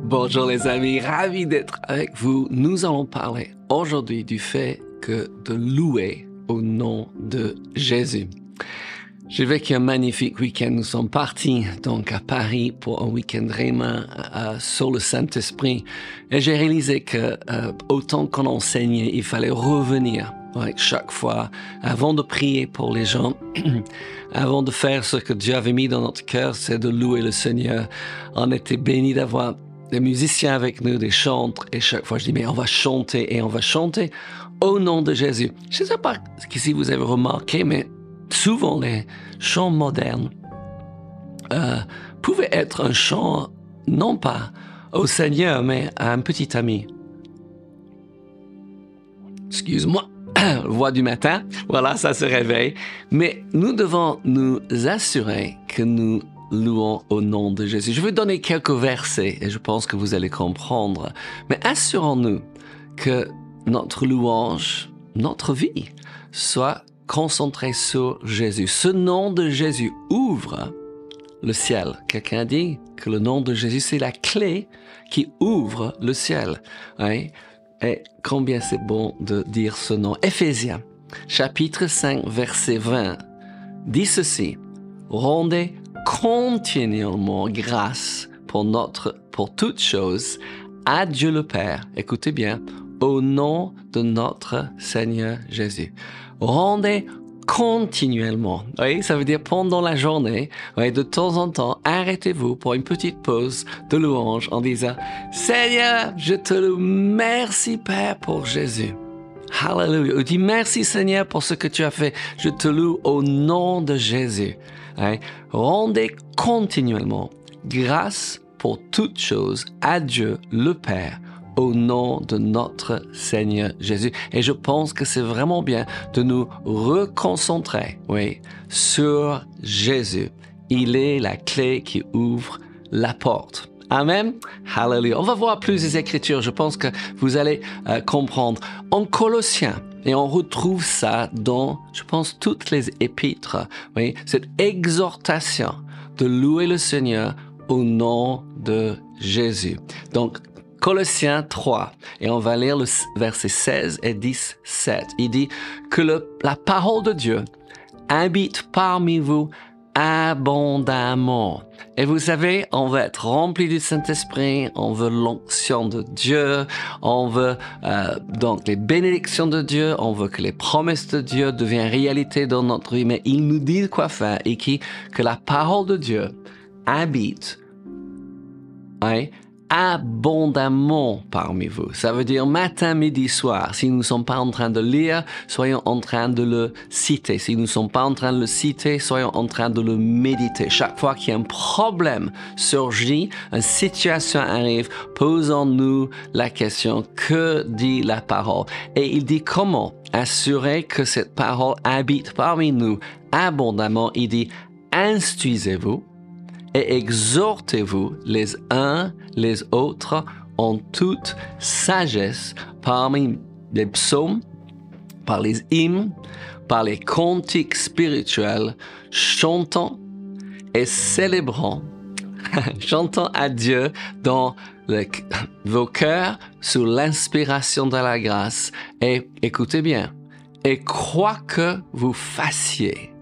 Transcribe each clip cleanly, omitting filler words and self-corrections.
Bonjour les amis, ravi d'être avec vous. Nous allons parler aujourd'hui du fait que de louer au nom de Jésus. J'ai vécu un magnifique week-end. Nous sommes partis donc à Paris pour un week-end vraiment sur le Saint-Esprit. Et j'ai réalisé que autant qu'on enseignait, il fallait revenir chaque fois avant de prier pour les gens, avant de faire ce que Dieu avait mis dans notre cœur, c'est de louer le Seigneur. On était bénis d'avoir des musiciens avec nous, des chantres, et chaque fois je dis mais on va chanter au nom de Jésus. Je ne sais pas si vous avez remarqué, mais souvent les chants modernes pouvaient être un chant non pas au Seigneur mais à un petit ami. Excuse-moi, voix du matin, voilà, ça se réveille. Mais nous devons nous assurer que nous louons au nom de Jésus. Je vais donner quelques versets et je pense que vous allez comprendre. Mais assurons-nous que notre louange, notre vie, soit concentrée sur Jésus. Ce nom de Jésus ouvre le ciel. Quelqu'un dit que le nom de Jésus, c'est la clé qui ouvre le ciel. Hein? Et combien c'est bon de dire ce nom. Éphésiens, chapitre 5, verset 20, dit ceci. Rendez continuellement grâce pour toutes choses à Dieu le Père. Écoutez bien, au nom de notre Seigneur Jésus. Rendez continuellement. Oui, ça veut dire pendant la journée. Oui, de temps en temps, arrêtez-vous pour une petite pause de louange en disant « Seigneur, je te loue. Merci Père pour Jésus. » Hallelujah. Ou dis merci Seigneur pour ce que tu as fait. Je te loue au nom de Jésus. Hein? Rendez continuellement grâce pour toutes choses à Dieu le Père au nom de notre Seigneur Jésus. Et je pense que c'est vraiment bien de nous reconcentrer, sur Jésus. Il est la clé qui ouvre la porte. Amen. Hallelujah. On va voir plus des Écritures. Je pense que vous allez comprendre. En Colossiens, et on retrouve ça dans, je pense, toutes les épîtres. Cette exhortation de louer le Seigneur au nom de Jésus. Donc, Colossiens 3, et on va lire le verset 16 et 17. Il dit que la parole de Dieu habite parmi vous abondamment. Et vous savez, on veut être rempli du Saint-Esprit, on veut l'onction de Dieu, on veut donc les bénédictions de Dieu, on veut que les promesses de Dieu deviennent réalité dans notre vie, mais il nous dit quoi faire et que la parole de Dieu habite abondamment parmi vous. Ça veut dire matin, midi, soir. Si nous ne sommes pas en train de lire, soyons en train de le citer. Si nous ne sommes pas en train de le citer, soyons en train de le méditer. Chaque fois qu'il y a un problème surgit, une situation arrive, posons-nous la question, que dit la parole? Et il dit comment assurer que cette parole habite parmi nous abondamment. Il dit, instruisez-vous et exhortez-vous les uns les autres en toute sagesse parmi les psaumes, par les hymnes, par les cantiques spirituels, chantant et célébrant, chantant à Dieu dans vos cœurs sous l'inspiration de la grâce. Et écoutez bien, et quoi que vous fassiez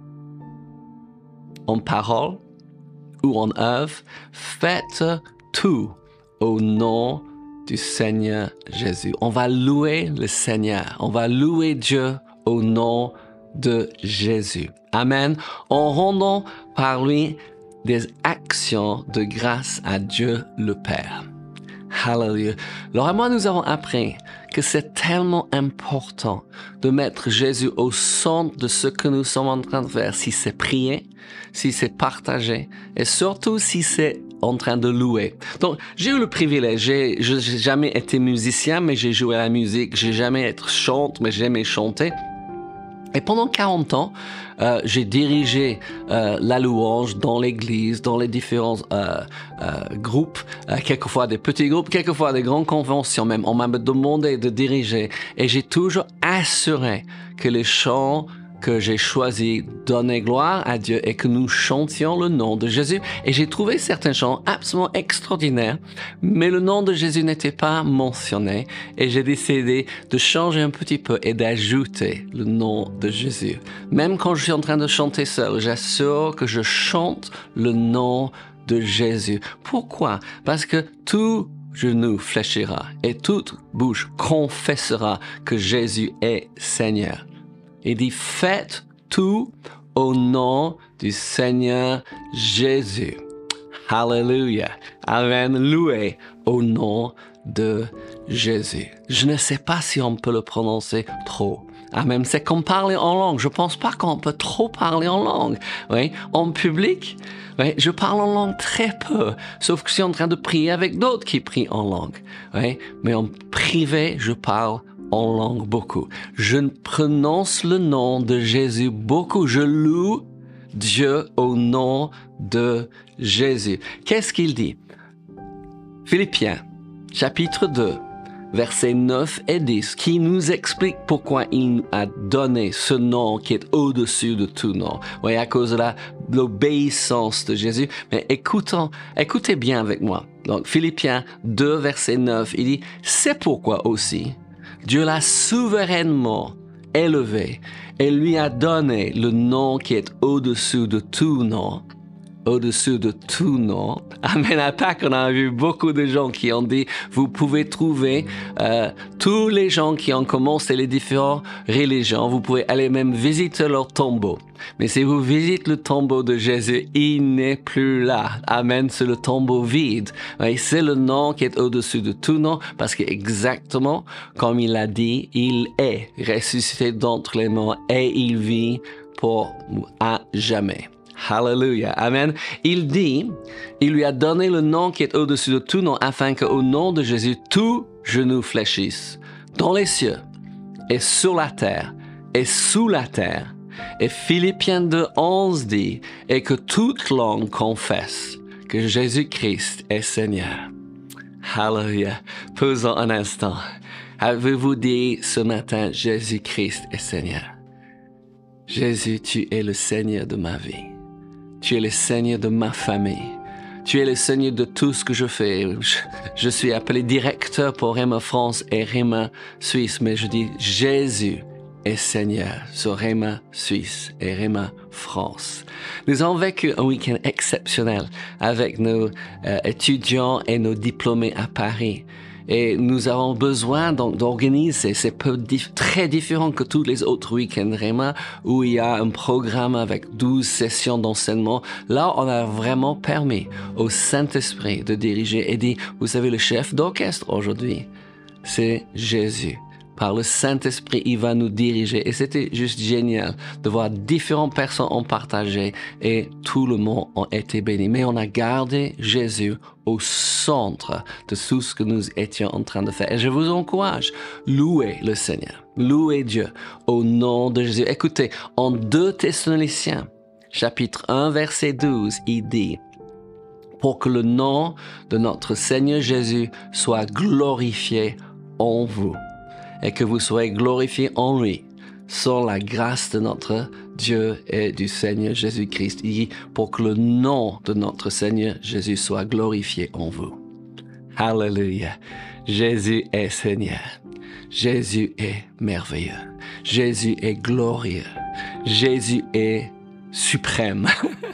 en parole, ou en œuvre, faites tout au nom du Seigneur Jésus. On va louer le Seigneur. On va louer Dieu au nom de Jésus. Amen. En rendant par lui des actions de grâce à Dieu le Père. Hallelujah. Laura et moi, nous avons appris que c'est tellement important de mettre Jésus au centre de ce que nous sommes en train de faire. Si c'est prier, si c'est partager, et surtout si c'est en train de louer. Donc, j'ai eu le privilège, je n'ai jamais été musicien, mais j'ai joué à la musique. J'ai jamais été chante, mais j'aimais chanter. Et pendant 40 ans, j'ai dirigé la louange dans l'église, dans les différents groupes, quelquefois des petits groupes, quelquefois des grandes conventions même. On m'a demandé de diriger et j'ai toujours assuré que les chants que j'ai choisi de donner gloire à Dieu et que nous chantions le nom de Jésus. Et j'ai trouvé certains chants absolument extraordinaires, mais le nom de Jésus n'était pas mentionné. Et j'ai décidé de changer un petit peu et d'ajouter le nom de Jésus. Même quand je suis en train de chanter seul, j'assure que je chante le nom de Jésus. Pourquoi? Parce que tout genou fléchira et toute bouche confessera que Jésus est Seigneur. Il dit, faites tout au nom du Seigneur Jésus. Alléluia. Amen. Loué au nom de Jésus. Je ne sais pas si on peut le prononcer trop. Amen. C'est comme parler en langue. Je pense pas qu'on peut trop parler en langue. Oui. En public, oui, je parle en langue très peu. Sauf que je suis en train de prier avec d'autres qui prient en langue. Oui. Mais en privé, je parle en langue beaucoup. Je prononce le nom de Jésus beaucoup. Je loue Dieu au nom de Jésus. Qu'est-ce qu'il dit? Philippiens, chapitre 2, versets 9 et 10, qui nous explique pourquoi il a donné ce nom qui est au-dessus de tout nom. Oui, à cause de l'obéissance de Jésus. Mais écoutez bien avec moi. Donc, Philippiens 2, verset 9, il dit, c'est pourquoi aussi Dieu l'a souverainement élevé et lui a donné le nom qui est au-dessus de tout nom. Au-dessus de tout nom. Amen. À Pâques, on a vu beaucoup de gens qui ont dit, vous pouvez trouver tous les gens qui ont commencé les différentes religions, vous pouvez aller même visiter leur tombeau. Mais si vous visitez le tombeau de Jésus, il n'est plus là. Amen. C'est le tombeau vide. Et c'est le nom qui est au-dessus de tout nom parce que exactement comme il a dit, il est ressuscité d'entre les morts et il vit pour à jamais. Hallelujah. Amen. Il dit, il lui a donné le nom qui est au-dessus de tout nom afin qu'au nom de Jésus, tout genou fléchisse dans les cieux et sur la terre et sous la terre. Et Philippiens 2, 11 dit, et que toute langue confesse que Jésus-Christ est Seigneur. Hallelujah. Posons un instant. Avez-vous dit ce matin, Jésus-Christ est Seigneur? Jésus, tu es le Seigneur de ma vie. Tu es le Seigneur de ma famille. Tu es le Seigneur de tout ce que je fais. Je suis appelé directeur pour Réma France et Réma Suisse, mais je dis Jésus est Seigneur sur Réma Suisse et Réma France. Nous avons vécu un week-end exceptionnel avec nos étudiants et nos diplômés à Paris. Et nous avons besoin donc d'organiser, c'est très différent que tous les autres week-ends Réma, où il y a un programme avec 12 sessions d'enseignement. Là, on a vraiment permis au Saint-Esprit de diriger et dit, vous savez, le chef d'orchestre aujourd'hui, c'est Jésus. Par le Saint-Esprit, il va nous diriger. Et c'était juste génial de voir différentes personnes en partager et tout le monde a été béni. Mais on a gardé Jésus au centre de tout ce que nous étions en train de faire. Et je vous encourage, louez le Seigneur, louez Dieu au nom de Jésus. Écoutez, en 2 Thessaloniciens, chapitre 1, verset 12, il dit, pour que le nom de notre Seigneur Jésus soit glorifié en vous et que vous soyez glorifiés en lui, sans la grâce de notre Dieu et du Seigneur Jésus-Christ. Il dit, pour que le nom de notre Seigneur Jésus soit glorifié en vous. Alléluia. Jésus est Seigneur. Jésus est merveilleux. Jésus est glorieux. Jésus est suprême.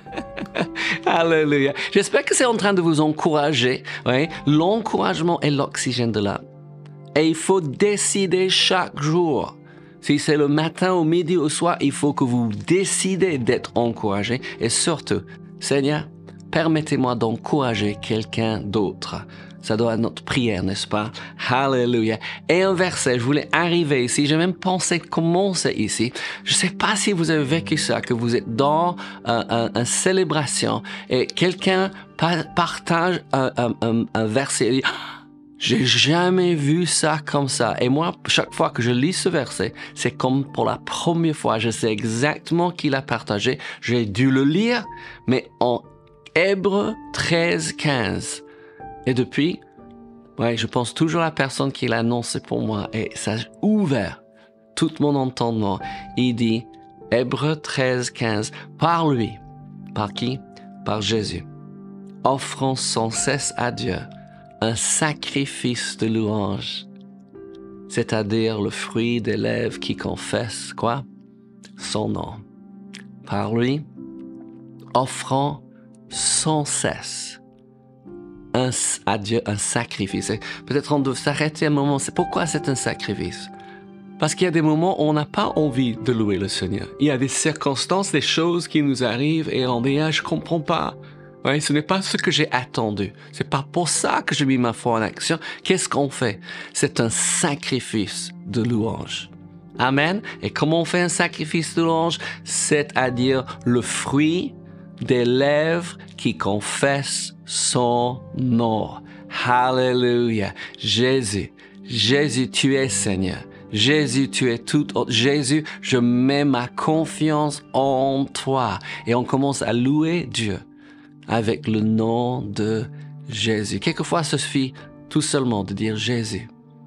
Alléluia. J'espère que c'est en train de vous encourager. Oui? L'encouragement est l'oxygène de l'âme. Et il faut décider chaque jour. Si c'est le matin, au midi, au soir, il faut que vous décidez d'être encouragé. Et surtout, Seigneur, permettez-moi d'encourager quelqu'un d'autre. Ça doit être notre prière, n'est-ce pas? Alléluia. Et un verset, je voulais arriver ici, j'ai même pensé commencer ici. Je ne sais pas si vous avez vécu ça, que vous êtes dans une célébration et quelqu'un partage un verset et dit, j'ai jamais vu ça comme ça. Et moi, chaque fois que je lis ce verset, c'est comme pour la première fois. Je sais exactement qui l'a partagé. J'ai dû le lire, mais en Hébreux 13, 15. Et depuis, ouais, je pense toujours à la personne qui l'a annoncé pour moi. Et ça a ouvert tout mon entendement. Il dit, Hébreux 13, 15. Par lui. Par qui? Par Jésus. Offrons sans cesse à Dieu un sacrifice de louange, c'est-à-dire le fruit des lèvres qui confessent, quoi? Son nom. Par lui, offrons sans cesse à Dieu un sacrifice. Peut-être on doit s'arrêter un moment. C'est pourquoi c'est un sacrifice? Parce qu'il y a des moments où on n'a pas envie de louer le Seigneur. Il y a des circonstances, des choses qui nous arrivent et on dit, je comprends pas. Ouais, ce n'est pas ce que j'ai attendu. C'est pas pour ça que j'ai mis ma foi en action. Qu'est-ce qu'on fait? C'est un sacrifice de louange. Amen. Et comment on fait un sacrifice de louange? C'est-à-dire le fruit des lèvres qui confessent son nom. Hallelujah. Jésus, tu es Seigneur. Jésus, tu es tout. Jésus, je mets ma confiance en toi. Et on commence à louer Dieu avec le nom de Jésus. Quelquefois, ça suffit tout seulement de dire Jésus.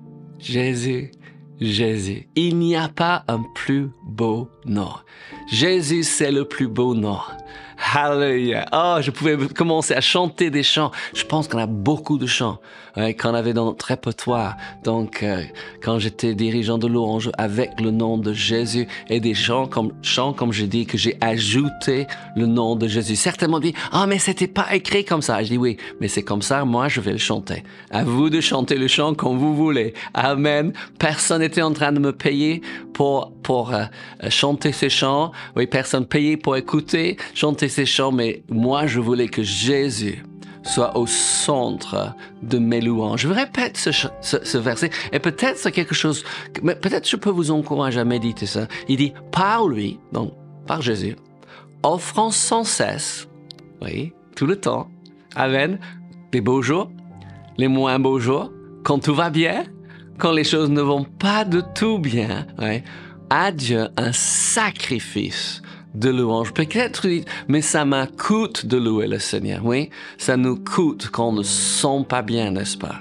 Jésus, Jésus. Il n'y a pas un plus beau nom. Jésus, c'est le plus beau nom. Hallelujah. Oh, je pouvais commencer à chanter des chants. Je pense qu'on a beaucoup de chants qu'on avait dans notre répertoire. Donc, quand j'étais dirigeant de louange avec le nom de Jésus et des chants comme je dis, que j'ai ajouté le nom de Jésus. Certains m'ont dit, mais c'était pas écrit comme ça. Je dis oui, mais c'est comme ça, moi, je vais le chanter. À vous de chanter le chant comme vous voulez. Amen. Personne n'était en train de me payer pour chanter ces chants. Oui, personne payait pour écouter, chanter ces chants, mais moi, je voulais que Jésus soit au centre de mes louanges. Je répète ce verset, et peut-être c'est quelque chose, mais peut-être je peux vous encourager à méditer ça. Il dit, par lui, donc par Jésus, offrant sans cesse, oui, tout le temps, amen, les beaux jours, les moins beaux jours, quand tout va bien, quand les choses ne vont pas de tout bien, oui, à Dieu un sacrifice de louange. Peut-être, mais ça m'a coûte de louer le Seigneur. Oui, ça nous coûte quand on ne sent pas bien, n'est-ce pas?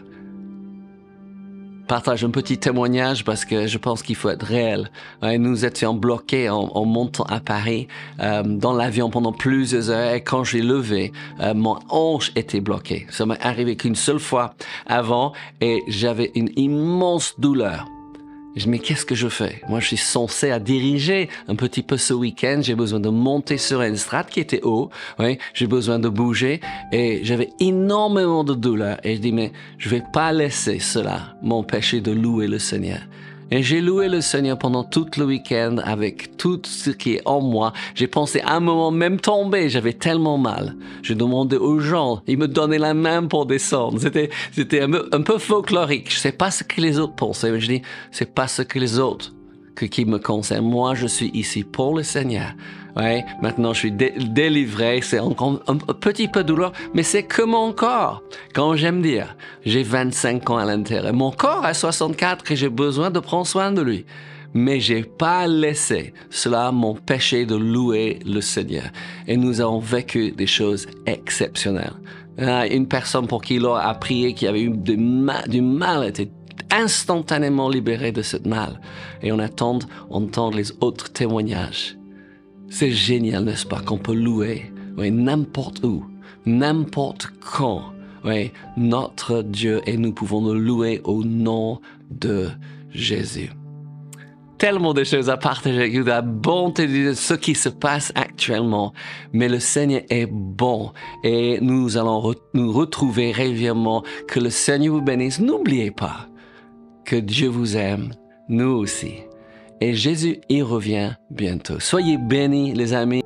Partage un petit témoignage parce que je pense qu'il faut être réel. Nous étions bloqués en montant à Paris dans l'avion pendant plusieurs heures et quand j'ai levé, mon hanche était bloquée. Ça m'est arrivé qu'une seule fois avant et j'avais une immense douleur. Je dis, mais qu'est-ce que je fais? Moi, je suis censé à diriger un petit peu ce week-end. J'ai besoin de monter sur une strate qui était haut. Oui, j'ai besoin de bouger. Et j'avais énormément de douleur. Et je dis, mais je vais pas laisser cela m'empêcher de louer le Seigneur. Et j'ai loué le Seigneur pendant tout le week-end avec tout ce qui est en moi. J'ai pensé à un moment même tomber, j'avais tellement mal. J'ai demandé aux gens, ils me donnaient la main pour descendre. C'était un peu folklorique. Je sais pas ce que les autres pensaient, mais je dis, c'est pas ce que les autres qui me concerne. Moi, je suis ici pour le Seigneur. Ouais, maintenant, je suis délivré. C'est encore un petit peu douloureux, mais c'est que mon corps. Quand j'aime dire, j'ai 25 ans à l'intérieur. Mon corps a 64 et j'ai besoin de prendre soin de lui. Mais j'ai pas laissé cela m'empêcher de louer le Seigneur. Et nous avons vécu des choses exceptionnelles. Une personne pour qui l'on a prié, qui avait eu du mal, était instantanément libéré de ce mal. Et on attend les autres témoignages. C'est génial, n'est-ce pas, qu'on peut louer, oui, n'importe où, n'importe quand, oui, notre Dieu, et nous pouvons le louer au nom de Jésus. Tellement de choses à partager avec vous, de la bonté de ce qui se passe actuellement. Mais le Seigneur est bon et nous allons nous retrouver régulièrement. Que le Seigneur vous bénisse. N'oubliez pas que Dieu vous aime, nous aussi. Et Jésus y revient bientôt. Soyez bénis, les amis.